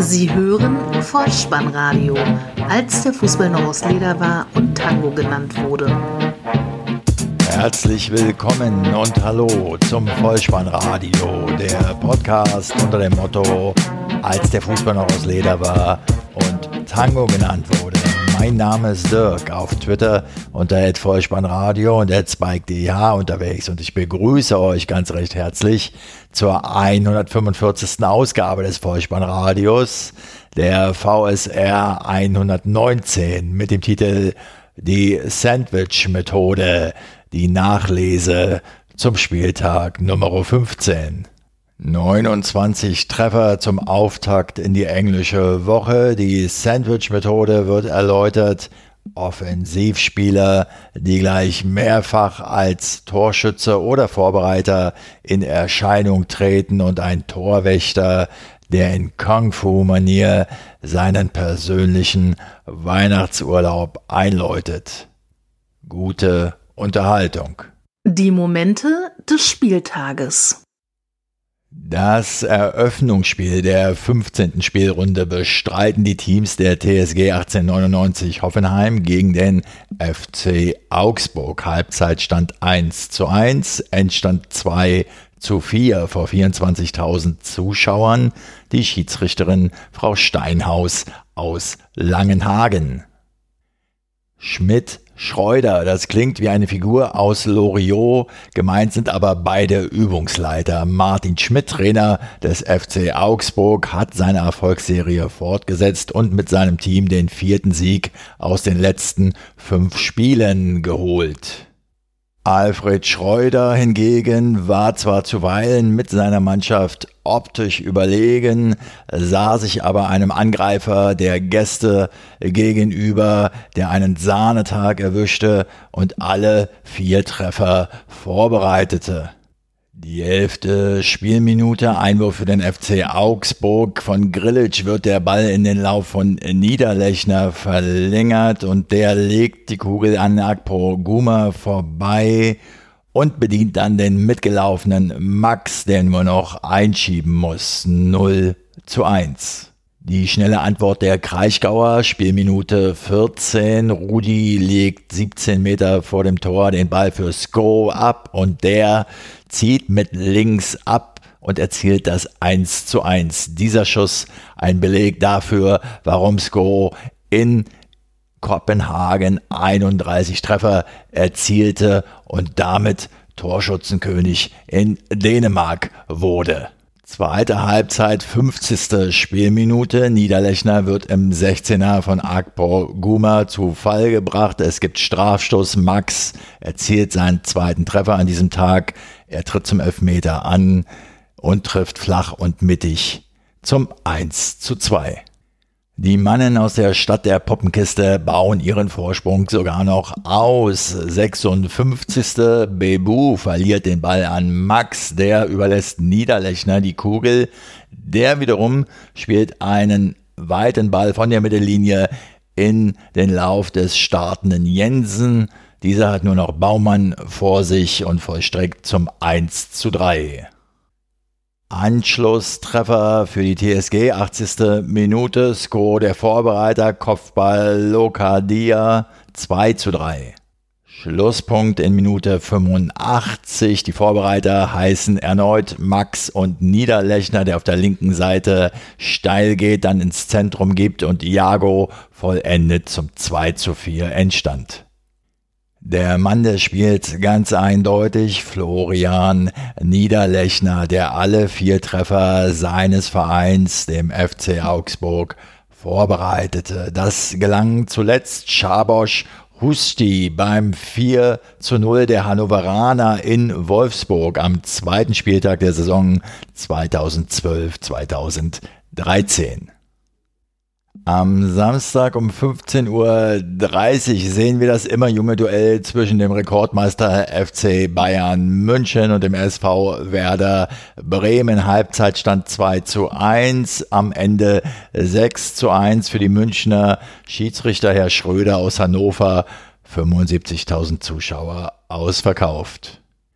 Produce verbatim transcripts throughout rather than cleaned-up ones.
Sie hören Vollspannradio, als der Fußball noch aus Leder war und Tango genannt wurde. Herzlich willkommen und hallo zum Vollspannradio, der Podcast unter dem Motto, als der Fußball noch aus Leder war und Tango genannt wurde. Mein Name ist Dirk, auf Twitter unter vollspannradio und at spike.dh unterwegs und ich begrüße euch ganz recht herzlich zur hundertfünfundvierzigsten Ausgabe des Vollspannradios, der V S R hundertneunzehn mit dem Titel Die Sandwich-Methode, die Nachlese zum Spieltag Nummer fünfzehn. neunundzwanzig Treffer zum Auftakt in die englische Woche. Die Sandwich-Methode wird erläutert. Offensivspieler, die gleich mehrfach als Torschütze oder Vorbereiter in Erscheinung treten und ein Torwächter, der in Kung-Fu-Manier seinen persönlichen Weihnachtsurlaub einläutet. Gute Unterhaltung. Die Momente des Spieltages. Das Eröffnungsspiel der fünfzehnten Spielrunde bestreiten die Teams der T S G achtzehnhundertneunundneunzig Hoffenheim gegen den F C Augsburg. Halbzeitstand eins zu eins, Endstand zwei zu vier vor vierundzwanzigtausend Zuschauern. Die Schiedsrichterin Frau Steinhaus aus Langenhagen. Schmidt Schreuder, das klingt wie eine Figur aus Loriot, gemeint sind aber beide Übungsleiter. Martin Schmidt, Trainer des F C Augsburg, hat seine Erfolgsserie fortgesetzt und mit seinem Team den vierten Sieg aus den letzten fünf Spielen geholt. Alfred Schreuder hingegen war zwar zuweilen mit seiner Mannschaft optisch überlegen, sah sich aber einem Angreifer der Gäste gegenüber, der einen Sahnetag erwischte und alle vier Treffer vorbereitete. Die elfte Spielminute, Einwurf für den F C Augsburg. Von Grillitsch wird der Ball in den Lauf von Niederlechner verlängert und der legt die Kugel an Akpor Guma vorbei und bedient dann den mitgelaufenen Max, der nur noch einschieben muss. null zu eins. Die schnelle Antwort der Kraichgauer, Spielminute vierzehn. Rudi legt siebzehn Meter vor dem Tor den Ball für Sko ab und der zieht mit links ab und erzielt das eins zu eins. Dieser Schuss ein Beleg dafür, warum Sko in Kopenhagen einunddreißig Treffer erzielte und damit Torschützenkönig in Dänemark wurde. Zweite Halbzeit, fünfzigste Spielminute. Niederlechner wird im sechzehner von Akpor Guma zu Fall gebracht. Es gibt Strafstoß. Max erzielt seinen zweiten Treffer an diesem Tag. Er tritt zum Elfmeter an und trifft flach und mittig zum eins zu zwei. Die Mannen aus der Stadt der Poppenkiste bauen ihren Vorsprung sogar noch aus. sechsundfünfzigste Bebu verliert den Ball an Max, der überlässt Niederlechner die Kugel. Der wiederum spielt einen weiten Ball von der Mittellinie in den Lauf des startenden Jensen. Dieser hat nur noch Baumann vor sich und vollstreckt zum eins zu drei. Anschlusstreffer für die T S G, achtzigste Minute, Sko der Vorbereiter, Kopfball Lokadia, zwei zu drei. Schlusspunkt in Minute fünfundachtzig, die Vorbereiter heißen erneut Max und Niederlechner, der auf der linken Seite steil geht, dann ins Zentrum gibt und Iago vollendet zum zwei zu vier Endstand. Der Mann des Spiels ganz eindeutig Florian Niederlechner, der alle vier Treffer seines Vereins, dem F C Augsburg, vorbereitete. Das gelang zuletzt Schabosch Husti beim vier zu null der Hannoveraner in Wolfsburg am zweiten Spieltag der Saison zweitausendzwölf zweitausenddreizehn. Am Samstag um fünfzehn Uhr dreißig sehen wir das immer junge Duell zwischen dem Rekordmeister F C Bayern München und dem S V Werder Bremen. Halbzeitstand zwei zu eins, am Ende sechs zu eins für die Münchner. Schiedsrichter Herr Schröder aus Hannover, fünfundsiebzigtausend Zuschauer ausverkauft.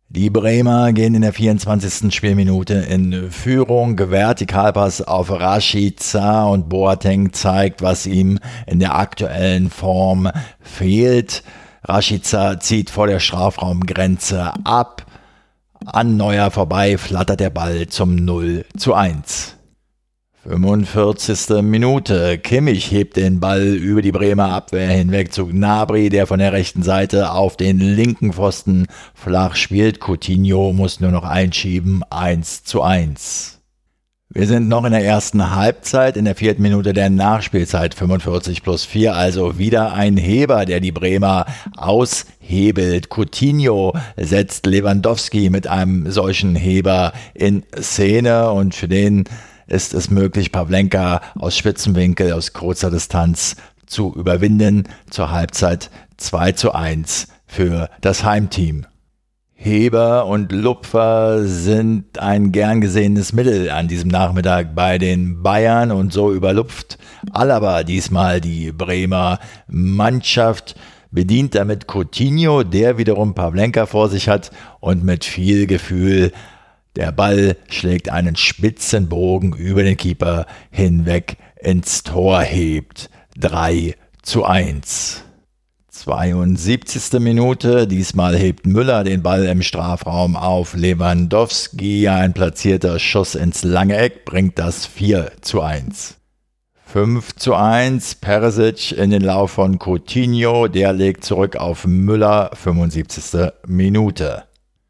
Die Bremer gehen in der vierundzwanzigsten Spielminute in Führung. Vertikalpass auf Rashica und Boateng zeigt, was ihm in der aktuellen Form fehlt. Rashica zieht vor der Strafraumgrenze ab. An Neuer vorbei flattert der Ball zum null zu eins. fünfundvierzigste Minute. Kimmich hebt den Ball über die Bremer Abwehr hinweg zu Gnabry, der von der rechten Seite auf den linken Pfosten flach spielt. Coutinho muss nur noch einschieben. eins zu eins. Wir sind noch in der ersten Halbzeit, in der vierten Minute der Nachspielzeit, fünfundvierzig plus vier, also wieder ein Heber, der die Bremer aushebelt. Coutinho setzt Lewandowski mit einem solchen Heber in Szene und für den ist es möglich, Pavlenka aus Spitzenwinkel, aus kurzer Distanz zu überwinden. Zur Halbzeit zwei zu eins für das Heimteam. Heber und Lupfer sind ein gern gesehenes Mittel an diesem Nachmittag bei den Bayern und so überlupft Alaba diesmal die Bremer Mannschaft, bedient damit Coutinho, der wiederum Pavlenka vor sich hat und mit viel Gefühl der Ball schlägt einen spitzen Bogen über den Keeper hinweg ins Tor hebt. drei zu eins. zweiundsiebzigste Minute, diesmal hebt Müller den Ball im Strafraum auf Lewandowski. Ein platzierter Schuss ins lange Eck bringt das vier zu eins. fünf zu eins, Perisic in den Lauf von Coutinho, der legt zurück auf Müller, fünfundsiebzigste Minute.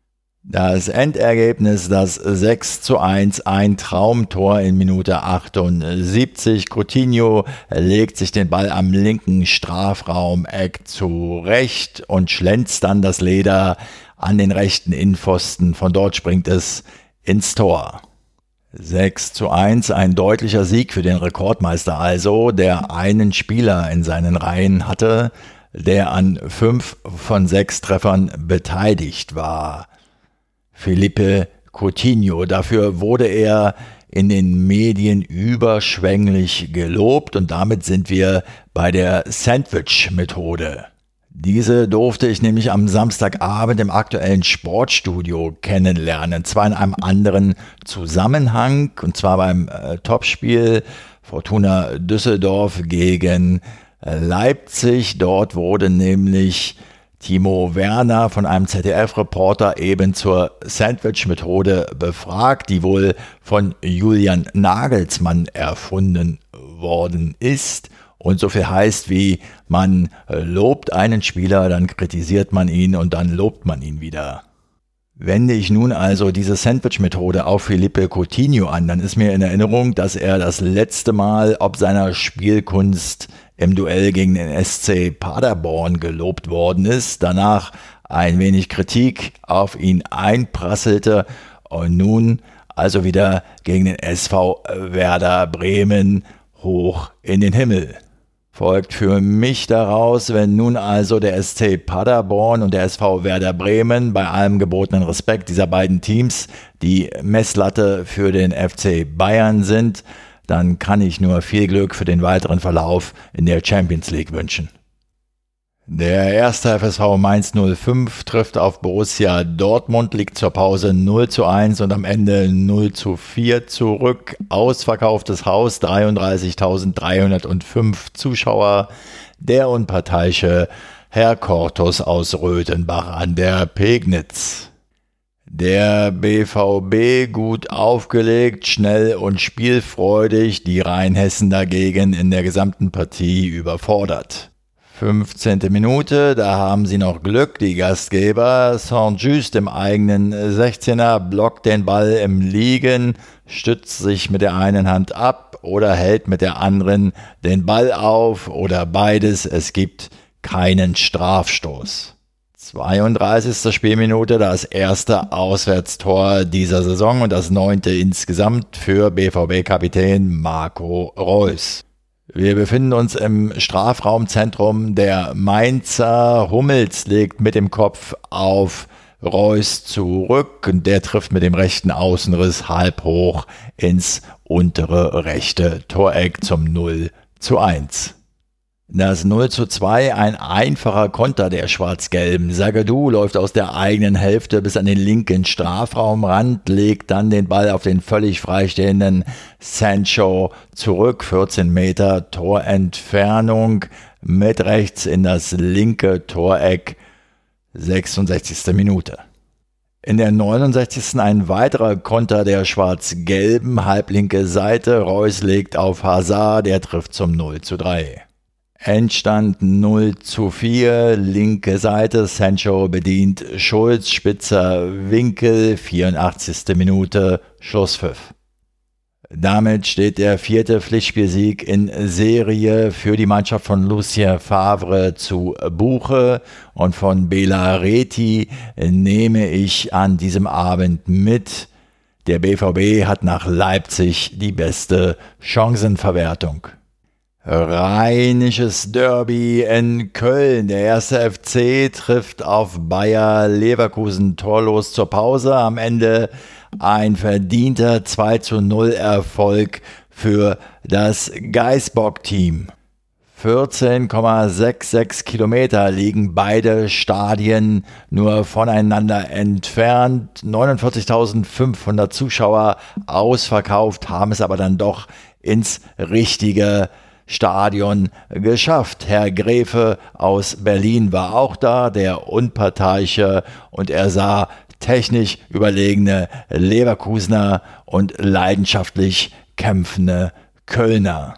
Das Endergebnis, das sechs zu eins, ein Traumtor in Minute achtundsiebzig. Coutinho legt sich den Ball am linken Strafraumeck zurecht und schlänzt dann das Leder an den rechten Innenpfosten. Von dort springt es ins Tor. sechs zu eins, ein deutlicher Sieg für den Rekordmeister also, der einen Spieler in seinen Reihen hatte, der an fünf von sechs Treffern beteiligt war. Philippe Coutinho. Dafür wurde er in den Medien überschwänglich gelobt und damit sind wir bei der Sandwich-Methode. Diese durfte ich nämlich am Samstagabend im aktuellen Sportstudio kennenlernen, zwar in einem anderen Zusammenhang und zwar beim äh, Topspiel Fortuna Düsseldorf gegen äh, Leipzig. Dort wurde nämlich Timo Werner von einem Z D F-Reporter eben zur Sandwich-Methode befragt, die wohl von Julian Nagelsmann erfunden worden ist. Und so viel heißt wie, man lobt einen Spieler, dann kritisiert man ihn und dann lobt man ihn wieder. Wende ich nun also diese Sandwich-Methode auf Philippe Coutinho an, dann ist mir in Erinnerung, dass er das letzte Mal ob seiner Spielkunst im Duell gegen den S C Paderborn gelobt worden ist, danach ein wenig Kritik auf ihn einprasselte und nun also wieder gegen den S V Werder Bremen hoch in den Himmel. Folgt für mich daraus, wenn nun also der S C Paderborn und der S V Werder Bremen bei allem gebotenen Respekt dieser beiden Teams die Messlatte für den F C Bayern sind, dann kann ich nur viel Glück für den weiteren Verlauf in der Champions League wünschen. Der erste F S V Mainz null fünf trifft auf Borussia Dortmund, liegt zur Pause null zu eins und am Ende null zu vier zurück. Ausverkauftes Haus, dreiunddreißigtausenddreihundertfünf Zuschauer. Der unparteiische Herr Kortus aus Röthenbach an der Pegnitz. Der B V B gut aufgelegt, schnell und spielfreudig, die Rheinhessen dagegen in der gesamten Partie überfordert. fünfzehnte Minute, da haben sie noch Glück, die Gastgeber. Saint-Just im eigenen sechzehner blockt den Ball im Liegen, stützt sich mit der einen Hand ab oder hält mit der anderen den Ball auf oder beides. Es gibt keinen Strafstoß. zweiunddreißigste Spielminute, das erste Auswärtstor dieser Saison und das neunte insgesamt für B V B-Kapitän Marco Reus. Wir befinden uns im Strafraumzentrum der Mainzer. Hummels legt mit dem Kopf auf Reus zurück und der trifft mit dem rechten Außenriss halb hoch ins untere rechte Toreck zum null zu eins. Das null zu zwei, ein einfacher Konter der Schwarz-Gelben. Zagadou läuft aus der eigenen Hälfte bis an den linken Strafraumrand, legt dann den Ball auf den völlig freistehenden Sancho zurück, vierzehn Meter Torentfernung, mit rechts in das linke Toreck, sechsundsechzigste Minute. In der neunundsechzigsten ein weiterer Konter der Schwarz-Gelben, halblinke Seite, Reus legt auf Hazard, der trifft zum null zu drei. Endstand null zu vier, linke Seite, Sancho bedient Schulz, spitzer Winkel, vierundachtzigste Minute, Schlusspfiff. Damit steht der vierte Pflichtspielsieg in Serie für die Mannschaft von Lucien Favre zu Buche, und von Bela Reti nehme ich an diesem Abend mit: Der B V B hat nach Leipzig die beste Chancenverwertung. Rheinisches Derby in Köln. Der erste F C trifft auf Bayer Leverkusen torlos zur Pause. Am Ende ein verdienter zwei zu null Erfolg für das Geißbock-Team. vierzehn Komma sechsundsechzig Kilometer liegen beide Stadien nur voneinander entfernt. neunundvierzigtausendfünfhundert Zuschauer ausverkauft, haben es aber dann doch ins richtige Stadion geschafft. Herr Gräfe aus Berlin war auch da, der unparteiische, und er sah technisch überlegene Leverkusener und leidenschaftlich kämpfende Kölner,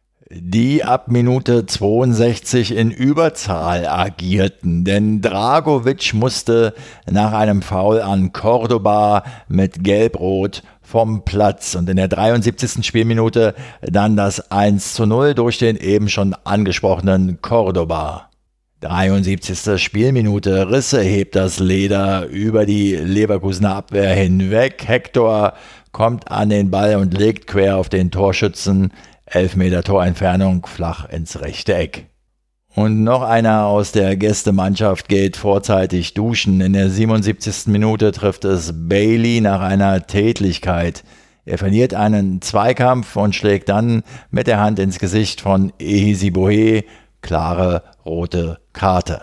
die ab Minute zweiundsechzig in Überzahl agierten, denn Dragovic musste nach einem Foul an Cordoba mit Gelb-Rot vom Platz, und in der dreiundsiebzigsten Spielminute dann das eins zu null durch den eben schon angesprochenen Cordoba. dreiundsiebzigste Spielminute, Risse hebt das Leder über die Leverkusener Abwehr hinweg. Hector kommt an den Ball und legt quer auf den Torschützen, elf Meter Torentfernung, flach ins rechte Eck. Und noch einer aus der Gästemannschaft geht vorzeitig duschen. In der siebenundsiebzigsten Minute trifft es Bailey nach einer Tätlichkeit. Er verliert einen Zweikampf und schlägt dann mit der Hand ins Gesicht von Ehisi Boué. Klare rote Karte.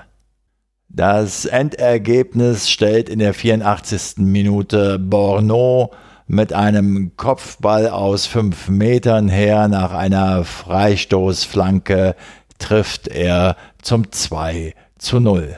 Das Endergebnis stellt in der vierundachtzigsten Minute Borneau mit einem Kopfball aus fünf Metern her. Nach einer Freistoßflanke trifft er zum zwei zu null.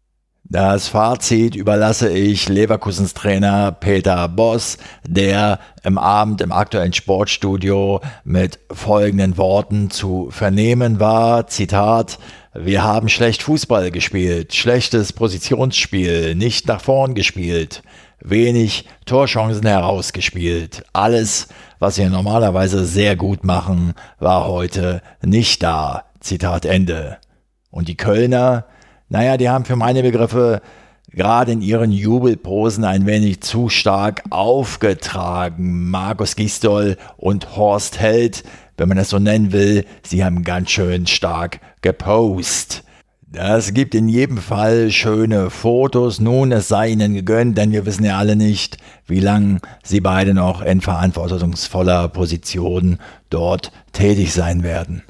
Das Fazit überlasse ich Leverkusens Trainer Peter Bosz, der im Abend im aktuellen Sportstudio mit folgenden Worten zu vernehmen war, Zitat: Wir haben schlecht Fußball gespielt, schlechtes Positionsspiel, nicht nach vorn gespielt, wenig Torchancen herausgespielt. Alles, was wir normalerweise sehr gut machen, war heute nicht da. Zitat Ende. Und die Kölner, naja, die haben für meine Begriffe gerade in ihren Jubelposen ein wenig zu stark aufgetragen. Markus Gisdol und Horst Held, wenn man das so nennen will, sie haben ganz schön stark gepostet. Das gibt in jedem Fall schöne Fotos. Nun, es sei ihnen gegönnt, denn wir wissen ja alle nicht, wie lange sie beide noch in verantwortungsvoller Position dort tätig sein werden.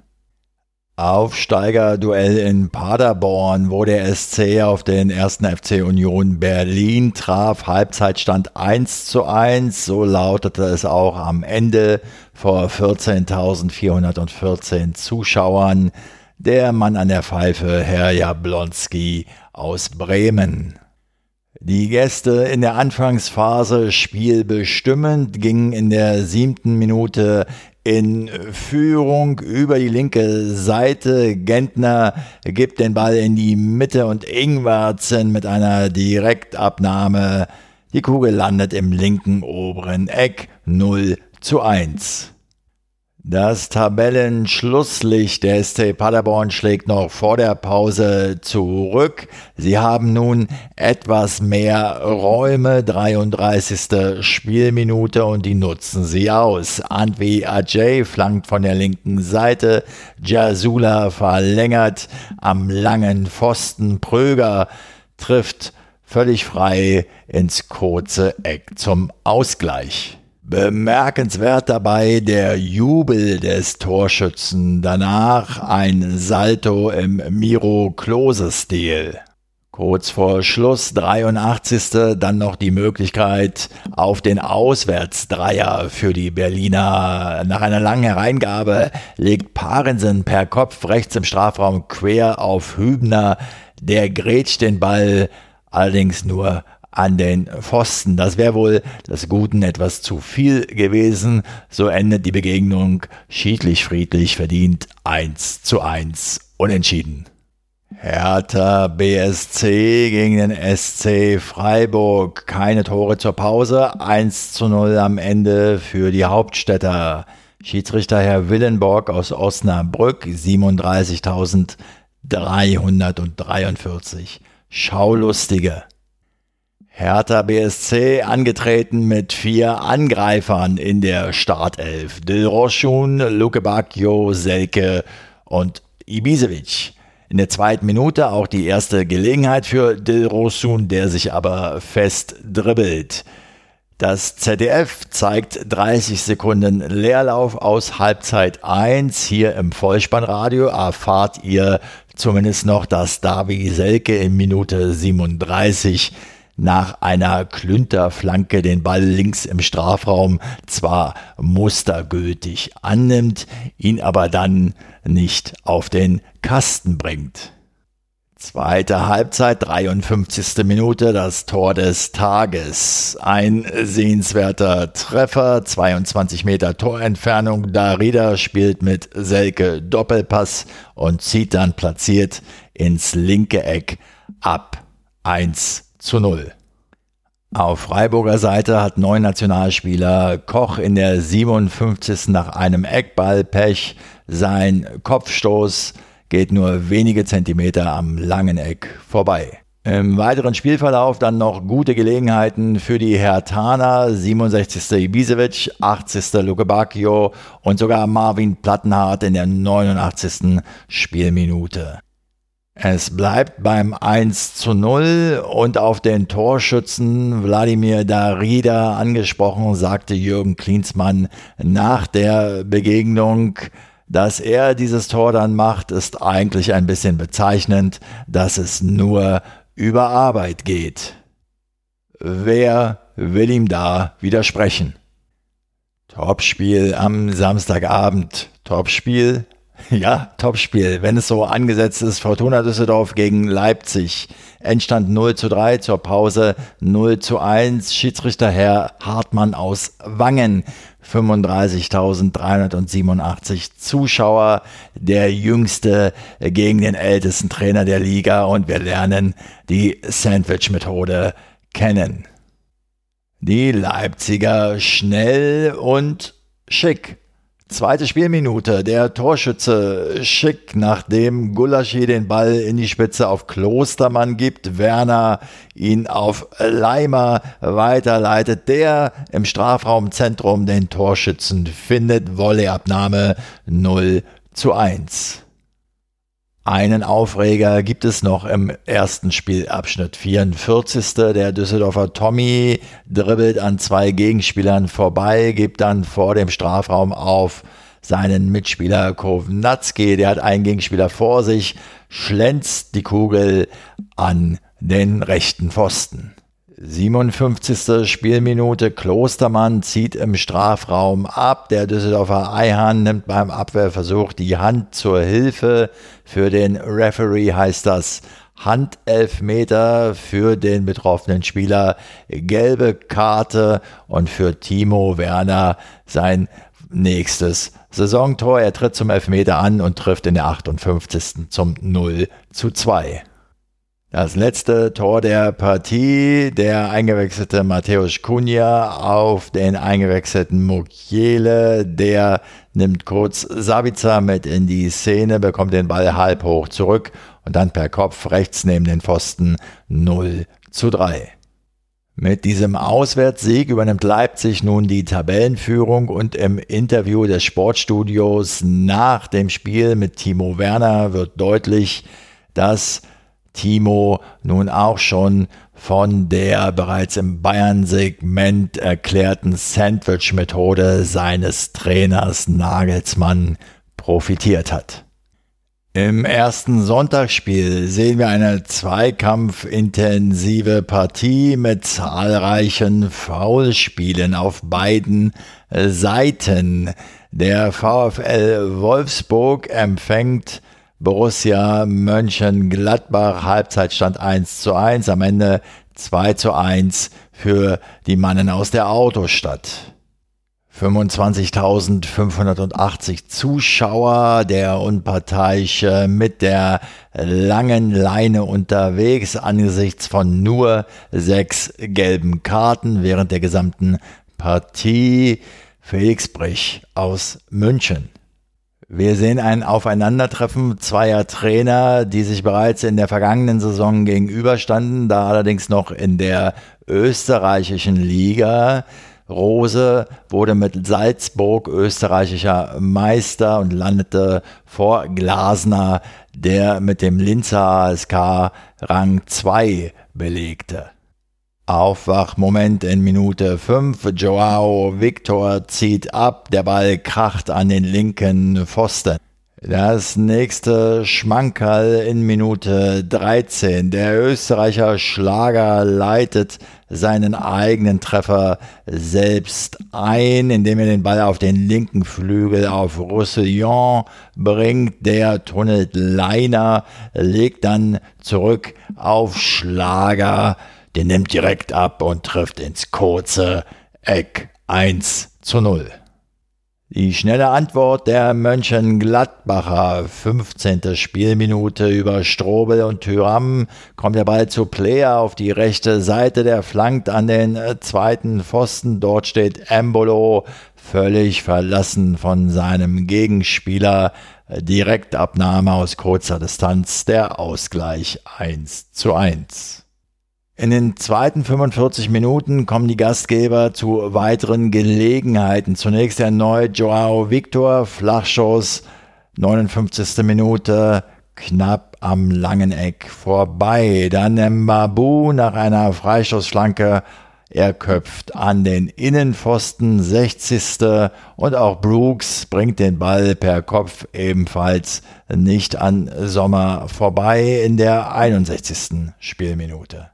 Aufsteigerduell in Paderborn, wo der S C auf den ersten F C Union Berlin traf. Halbzeitstand eins zu eins, so lautete es auch am Ende vor vierzehntausendvierhundertvierzehn Zuschauern. Der Mann an der Pfeife, Herr Jablonski aus Bremen. Die Gäste in der Anfangsphase spielbestimmend gingen in der siebten Minute in Führung über die linke Seite. Gentner gibt den Ball in die Mitte und Ingwertsen mit einer Direktabnahme. Die Kugel landet im linken oberen Eck, null zu eins. Das Tabellenschlusslicht der S C Paderborn schlägt noch vor der Pause zurück. Sie haben nun etwas mehr Räume, dreiunddreißigste Spielminute, und die nutzen sie aus. Antwi Ajay flankt von der linken Seite, Jasula verlängert am langen Pfosten, Pröger trifft völlig frei ins kurze Eck zum Ausgleich. Bemerkenswert dabei der Jubel des Torschützen, danach ein Salto im Miro Klose-Stil. Kurz vor Schluss, dreiundachtzigste dann noch die Möglichkeit auf den Auswärtsdreier für die Berliner. Nach einer langen Hereingabe legt Parensen per Kopf rechts im Strafraum quer auf Hübner. Der grätscht den Ball allerdings nur an den Pfosten. Das wäre wohl des Guten etwas zu viel gewesen. So endet die Begegnung schiedlich friedlich verdient eins zu eins unentschieden. Hertha B S C gegen den S C Freiburg. Keine Tore zur Pause. eins zu null am Ende für die Hauptstädter. Schiedsrichter Herr Willenborg aus Osnabrück, siebenunddreißigtausenddreihundertdreiundvierzig. Schaulustige. Hertha B S C angetreten mit vier Angreifern in der Startelf. Dilrosun, Luke Bacchio, Selke und Ibisevic. In der zweiten Minute auch die erste Gelegenheit für Dilrosun, der sich aber fest dribbelt. Das Z D F zeigt dreißig Sekunden Leerlauf aus Halbzeit eins. Hier im Vollspannradio erfahrt ihr zumindest noch, dass Davy Selke in Minute siebenunddreißig nach einer Klünterflanke den Ball links im Strafraum zwar mustergültig annimmt, ihn aber dann nicht auf den Kasten bringt. Zweite Halbzeit, dreiundfünfzigste Minute, das Tor des Tages. Ein sehenswerter Treffer, zweiundzwanzig Meter Torentfernung. Darida spielt mit Selke Doppelpass und zieht dann platziert ins linke Eck ab. eins zu null. Auf Freiburger Seite hat neun Nationalspieler Koch in der siebenundfünfzigsten nach einem Eckballpech. Sein Kopfstoß geht nur wenige Zentimeter am langen Eck vorbei. Im weiteren Spielverlauf dann noch gute Gelegenheiten für die Herthaner. siebenundsechzigste Ibisevic, achtzigste Luke Bacchio und sogar Marvin Plattenhardt in der neunundachtzigsten Spielminute. Es bleibt beim eins zu null und auf den Torschützen Wladimir Darida angesprochen, sagte Jürgen Klinsmann nach der Begegnung, dass er dieses Tor dann macht, ist eigentlich ein bisschen bezeichnend, dass es nur über Arbeit geht. Wer will ihm da widersprechen? Topspiel am Samstagabend. Topspiel? Ja, Topspiel, wenn es so angesetzt ist. Fortuna Düsseldorf gegen Leipzig. Endstand null zu drei, zur Pause null zu eins. Schiedsrichter Herr Hartmann aus Wangen. fünfunddreißigtausenddreihundertsiebenundachtzig Zuschauer. Der jüngste gegen den ältesten Trainer der Liga. Und wir lernen die Sandwich-Methode kennen. Die Leipziger schnell und schick. Zweite Spielminute, der Torschütze Schick, nachdem Gulaschi den Ball in die Spitze auf Klostermann gibt, Werner ihn auf Leimer weiterleitet, der im Strafraumzentrum den Torschützen findet, Volleyabnahme null zu eins. Einen Aufreger gibt es noch im ersten Spielabschnitt. vierundvierzigste Der Düsseldorfer Tommy dribbelt an zwei Gegenspielern vorbei, gibt dann vor dem Strafraum auf seinen Mitspieler Kovnatski. Der hat einen Gegenspieler vor sich, schlänzt die Kugel an den rechten Pfosten. siebenundfünfzigste Spielminute, Klostermann zieht im Strafraum ab. Der Düsseldorfer Eihan nimmt beim Abwehrversuch die Hand zur Hilfe. Für den Referee heißt das Handelfmeter, für den betroffenen Spieler gelbe Karte und für Timo Werner sein nächstes Saisontor. Er tritt zum Elfmeter an und trifft in der achtundfünfzigsten zum null zu zwei. Das letzte Tor der Partie, der eingewechselte Mateusz Cunha auf den eingewechselten Mukiele, der nimmt kurz Sabitzer mit in die Szene, bekommt den Ball halb hoch zurück und dann per Kopf rechts neben den Pfosten null zu drei. Mit diesem Auswärtssieg übernimmt Leipzig nun die Tabellenführung und im Interview des Sportstudios nach dem Spiel mit Timo Werner wird deutlich, dass Timo nun auch schon von der bereits im Bayern-Segment erklärten Sandwich-Methode seines Trainers Nagelsmann profitiert hat. Im ersten Sonntagsspiel sehen wir eine zweikampfintensive Partie mit zahlreichen Foulspielen auf beiden Seiten. Der VfL Wolfsburg empfängt Borussia Mönchengladbach, Halbzeitstand eins zu eins, am Ende zwei zu eins für die Mannen aus der Autostadt. fünfundzwanzigtausendfünfhundertachtzig Zuschauer, der Unparteiische mit der langen Leine unterwegs angesichts von nur sechs gelben Karten während der gesamten Partie. Felix Brich aus München. Wir sehen ein Aufeinandertreffen zweier Trainer, die sich bereits in der vergangenen Saison gegenüberstanden, da allerdings noch in der österreichischen Liga. Rose wurde mit Salzburg österreichischer Meister und landete vor Glasner, der mit dem Linzer A S K Rang zwei belegte. Aufwachmoment in Minute fünf, Joao Victor zieht ab, der Ball kracht an den linken Pfosten. Das nächste Schmankerl in Minute dreizehn. Der Österreicher Schlager leitet seinen eigenen Treffer selbst ein, indem er den Ball auf den linken Flügel auf Roussillon bringt. Der tunnelt Leiner, legt dann zurück auf Schlager. Den nimmt direkt ab und trifft ins kurze Eck eins zu null. Die schnelle Antwort der Mönchengladbacher, fünfzehnte Spielminute über Strobel und Thuram, kommt der Ball zu Player auf die rechte Seite, der flankt an den zweiten Pfosten, dort steht Embolo, völlig verlassen von seinem Gegenspieler, Direktabnahme aus kurzer Distanz, der Ausgleich eins zu eins. In den zweiten fünfundvierzig Minuten kommen die Gastgeber zu weiteren Gelegenheiten. Zunächst erneut Joao Victor, Flachschuss, neunundfünfzigste Minute, knapp am langen Eck vorbei. Dann Mbabu nach einer Freistoßflanke, er köpft an den Innenpfosten, sechzigste und auch Brooks bringt den Ball per Kopf ebenfalls nicht an Sommer vorbei in der einundsechzigsten Spielminute.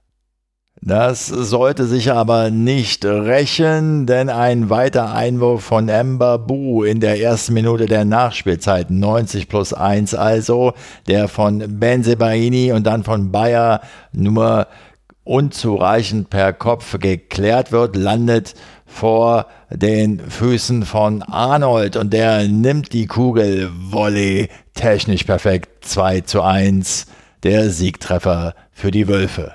Das sollte sich aber nicht rächen, denn ein weiter Einwurf von Mbabu in der ersten Minute der Nachspielzeit, neunzig plus eins also, der von Bensebaini und dann von Bayer nur unzureichend per Kopf geklärt wird, landet vor den Füßen von Arnold und der nimmt die Kugel Volley technisch perfekt, zwei zu eins, der Siegtreffer für die Wölfe.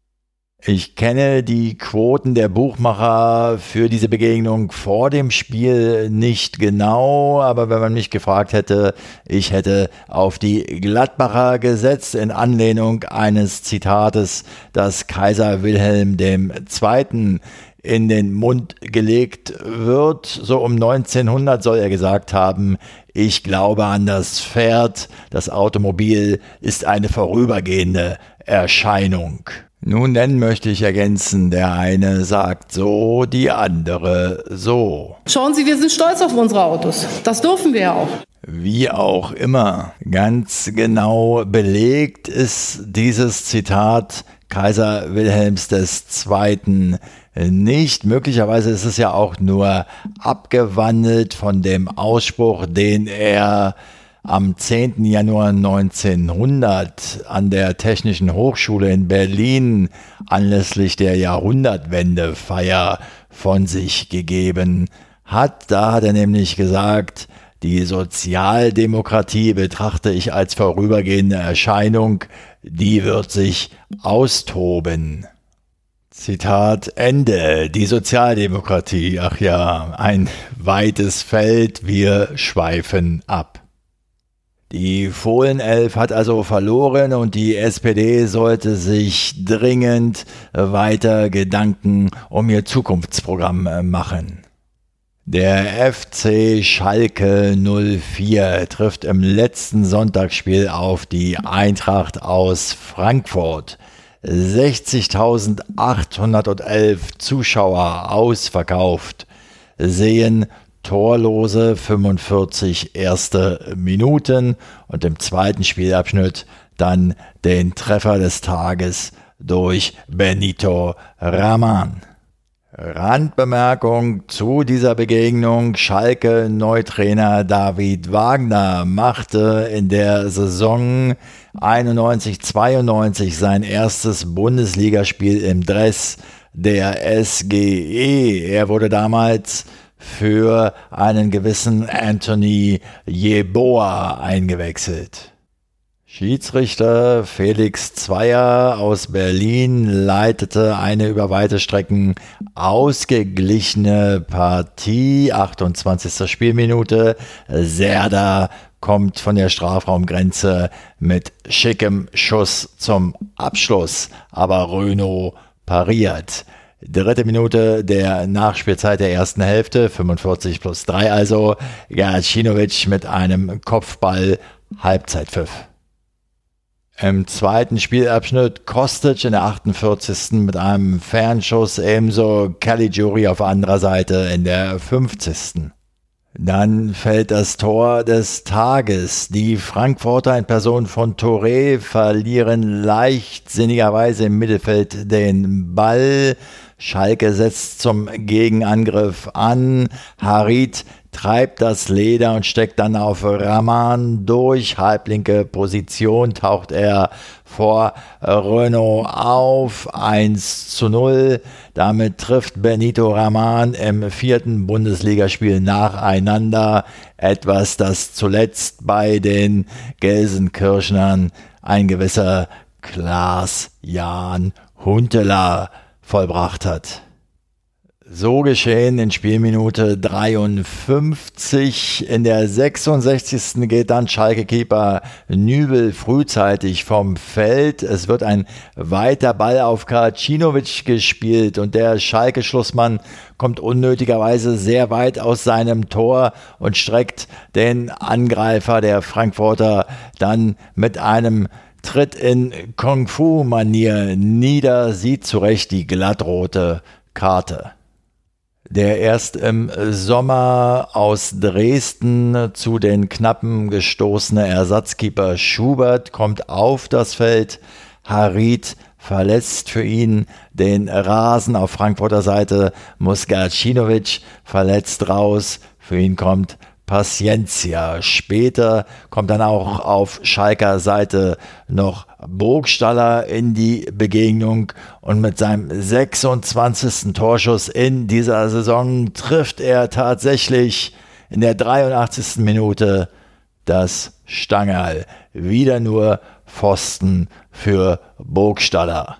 Ich kenne die Quoten der Buchmacher für diese Begegnung vor dem Spiel nicht genau, aber wenn man mich gefragt hätte, ich hätte auf die Gladbacher gesetzt in Anlehnung eines Zitates, das Kaiser Wilhelm der Zweite in den Mund gelegt wird. So um neunzehnhundert soll er gesagt haben, ich glaube an das Pferd, das Automobil ist eine vorübergehende Erscheinung. Nun denn möchte ich ergänzen, der eine sagt so, die andere so. Schauen Sie, wir sind stolz auf unsere Autos. Das dürfen wir ja auch. Wie auch immer, ganz genau belegt ist dieses Zitat Kaiser Wilhelms der Zweite nicht. Möglicherweise ist es ja auch nur abgewandelt von dem Ausspruch, den er am zehnten Januar neunzehnhundert an der Technischen Hochschule in Berlin anlässlich der Jahrhundertwendefeier von sich gegeben hat. Da hat er nämlich gesagt, die Sozialdemokratie betrachte ich als vorübergehende Erscheinung, die wird sich austoben. Zitat Ende. Die Sozialdemokratie, ach ja, ein weites Feld, wir schweifen ab. Die Fohlenelf hat also verloren und die S P D sollte sich dringend weiter Gedanken um ihr Zukunftsprogramm machen. Der F C Schalke null vier trifft im letzten Sonntagsspiel auf die Eintracht aus Frankfurt. sechzigtausendachthundertelf Zuschauer ausverkauft sehen torlose fünfundvierzig erste Minuten und im zweiten Spielabschnitt dann den Treffer des Tages durch Benito Raman. Randbemerkung zu dieser Begegnung: Schalke-Neutrainer David Wagner machte in der Saison einundneunzig zweiundneunzig sein erstes Bundesligaspiel im Dress der S G E. Er wurde damals für einen gewissen Anthony Yeboah eingewechselt. Schiedsrichter Felix Zweier aus Berlin leitete eine über weite Strecken ausgeglichene Partie. achtundzwanzigste Spielminute. Serdar kommt von der Strafraumgrenze mit schickem Schuss zum Abschluss, aber Röno pariert. Dritte Minute der Nachspielzeit der ersten Hälfte, fünfundvierzig plus drei also, Gacinovic mit einem Kopfball, Halbzeitpfiff. Im zweiten Spielabschnitt Kostic in der achtundvierzigsten mit einem Fernschuss, ebenso Caligiuri auf anderer Seite in der fünfzigsten Dann fällt das Tor des Tages. Die Frankfurter in Person von Touré verlieren leichtsinnigerweise im Mittelfeld den Ball. Schalke setzt zum Gegenangriff an. Harit treibt das Leder und steckt dann auf Raman durch. Halblinke Position taucht er vor Renault auf. eins zu null. Damit trifft Benito Raman im vierten Bundesligaspiel nacheinander. Etwas, das zuletzt bei den Gelsenkirchnern ein gewisser Klaas-Jan Huntelaar vollbracht hat. So geschehen in Spielminute dreiundfünfzig. In der sechsundsechzigsten geht dann Schalke-Keeper Nübel frühzeitig vom Feld. Es wird ein weiter Ball auf Gacinovic gespielt und der Schalke-Schlussmann kommt unnötigerweise sehr weit aus seinem Tor und streckt den Angreifer der Frankfurter dann mit einem Tritt in Kung-Fu-Manier nieder, sieht zurecht die glattrote Karte. Der erst im Sommer aus Dresden zu den Knappen gestoßene Ersatzkeeper Schubert kommt auf das Feld. Harit verletzt für ihn den Rasen. Auf Frankfurter Seite muss Gacinovic verletzt raus. Für ihn kommt Paciencia. Später kommt dann auch auf Schalker Seite noch Burgstaller in die Begegnung und mit seinem sechsundzwanzigsten Torschuss in dieser Saison trifft er tatsächlich in der dreiundachtzigsten Minute das Stangerl. Wieder nur Pfosten für Burgstaller.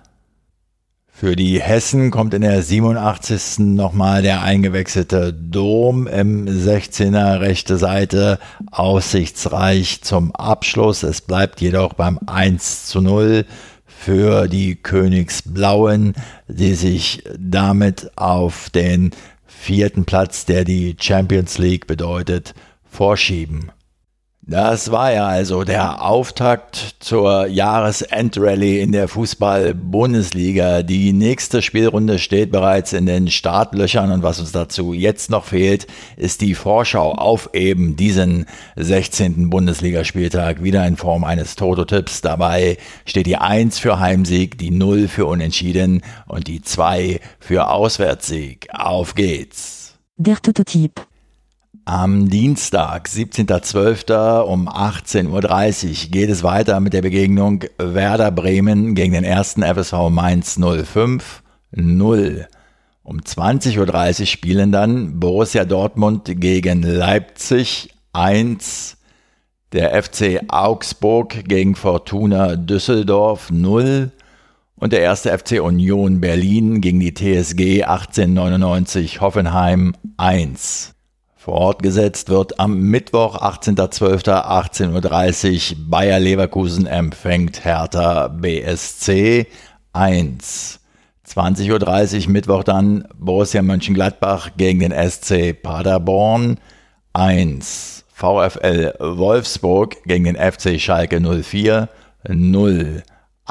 Für die Hessen kommt in der siebenundachtzigsten nochmal der eingewechselte Dom im sechzehner rechte Seite aussichtsreich zum Abschluss. Es bleibt jedoch beim eins zu null für die Königsblauen, die sich damit auf den vierten Platz, der die Champions League bedeutet, vorschieben. Das war ja also der Auftakt zur Jahresendrallye in der Fußball-Bundesliga. Die nächste Spielrunde steht bereits in den Startlöchern und was uns dazu jetzt noch fehlt, ist die Vorschau auf eben diesen sechzehnten Bundesligaspieltag, wieder in Form eines Toto-Tipps. Dabei steht die eins für Heimsieg, die null für Unentschieden und die zwei für Auswärtssieg. Auf geht's! Der Toto-Tipp. Am Dienstag, siebzehnten zwölften um achtzehn Uhr dreißig geht es weiter mit der Begegnung Werder Bremen gegen den ersten F S V Mainz null fünf null. Um zwanzig Uhr dreißig spielen dann Borussia Dortmund gegen Leipzig eins, der F C Augsburg gegen Fortuna Düsseldorf null und der erste F C Union Berlin gegen die T S G achtzehnhundertneunundneunzig Hoffenheim eins. Fortgesetzt wird am Mittwoch, achtzehnten zwölften achtzehn Uhr dreißig, Bayer Leverkusen empfängt Hertha B S C eins. zwanzig Uhr dreißig Mittwoch dann Borussia Mönchengladbach gegen den S C Paderborn eins. VfL Wolfsburg gegen den F C Schalke null vier null.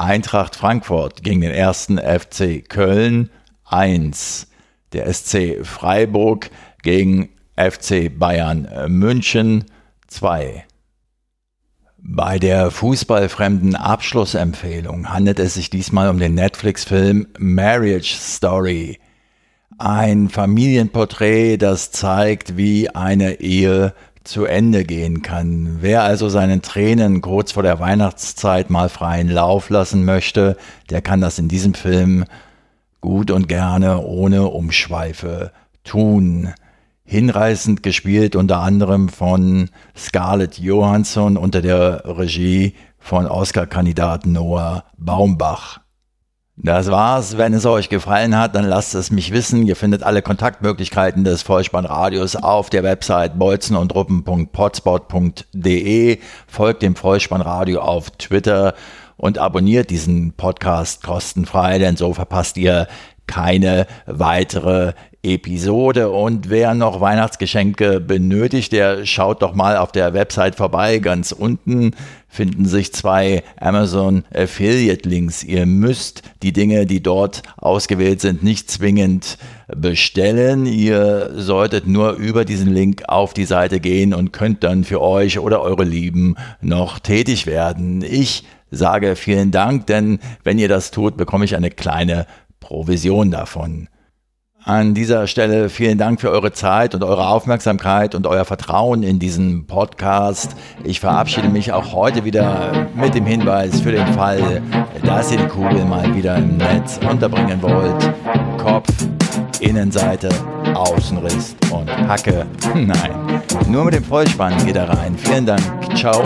Eintracht Frankfurt gegen den ersten F C Köln eins. Der S C Freiburg gegen F C Bayern München zwei. Bei der fußballfremden Abschlussempfehlung handelt es sich diesmal um den Netflix-Film Marriage Story. Ein Familienporträt, das zeigt, wie eine Ehe zu Ende gehen kann. Wer also seinen Tränen kurz vor der Weihnachtszeit mal freien Lauf lassen möchte, der kann das in diesem Film gut und gerne ohne Umschweife tun. Hinreißend gespielt unter anderem von Scarlett Johansson unter der Regie von Oscar-Kandidat Noah Baumbach. Das war's. Wenn es euch gefallen hat, dann lasst es mich wissen. Ihr findet alle Kontaktmöglichkeiten des Vollspannradios auf der Website bolzen und ruppen punkt potspot punkt de. Folgt dem Vollspannradio auf Twitter und abonniert diesen Podcast kostenfrei, denn so verpasst ihr keine weitere Episode. Und wer noch Weihnachtsgeschenke benötigt, der schaut doch mal auf der Website vorbei. Ganz unten finden sich zwei Amazon Affiliate Links. Ihr müsst die Dinge, die dort ausgewählt sind, nicht zwingend bestellen. Ihr solltet nur über diesen Link auf die Seite gehen und könnt dann für euch oder eure Lieben noch tätig werden. Ich sage vielen Dank, denn wenn ihr das tut, bekomme ich eine kleine Provision davon. An dieser Stelle vielen Dank für eure Zeit und eure Aufmerksamkeit und euer Vertrauen in diesen Podcast. Ich verabschiede mich auch heute wieder mit dem Hinweis für den Fall, dass ihr die Kugel mal wieder im Netz unterbringen wollt. Kopf, Innenseite, Außenriss und Hacke. Nein, nur mit dem Vollspann geht er rein. Vielen Dank. Ciao.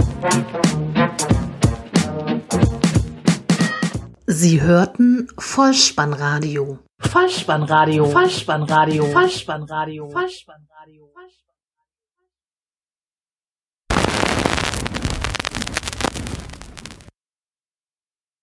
Sie hörten Vollspannradio. Vollspannradio. Vollspannradio. Vollspannradio. Vollspannradio. Vollspannradio.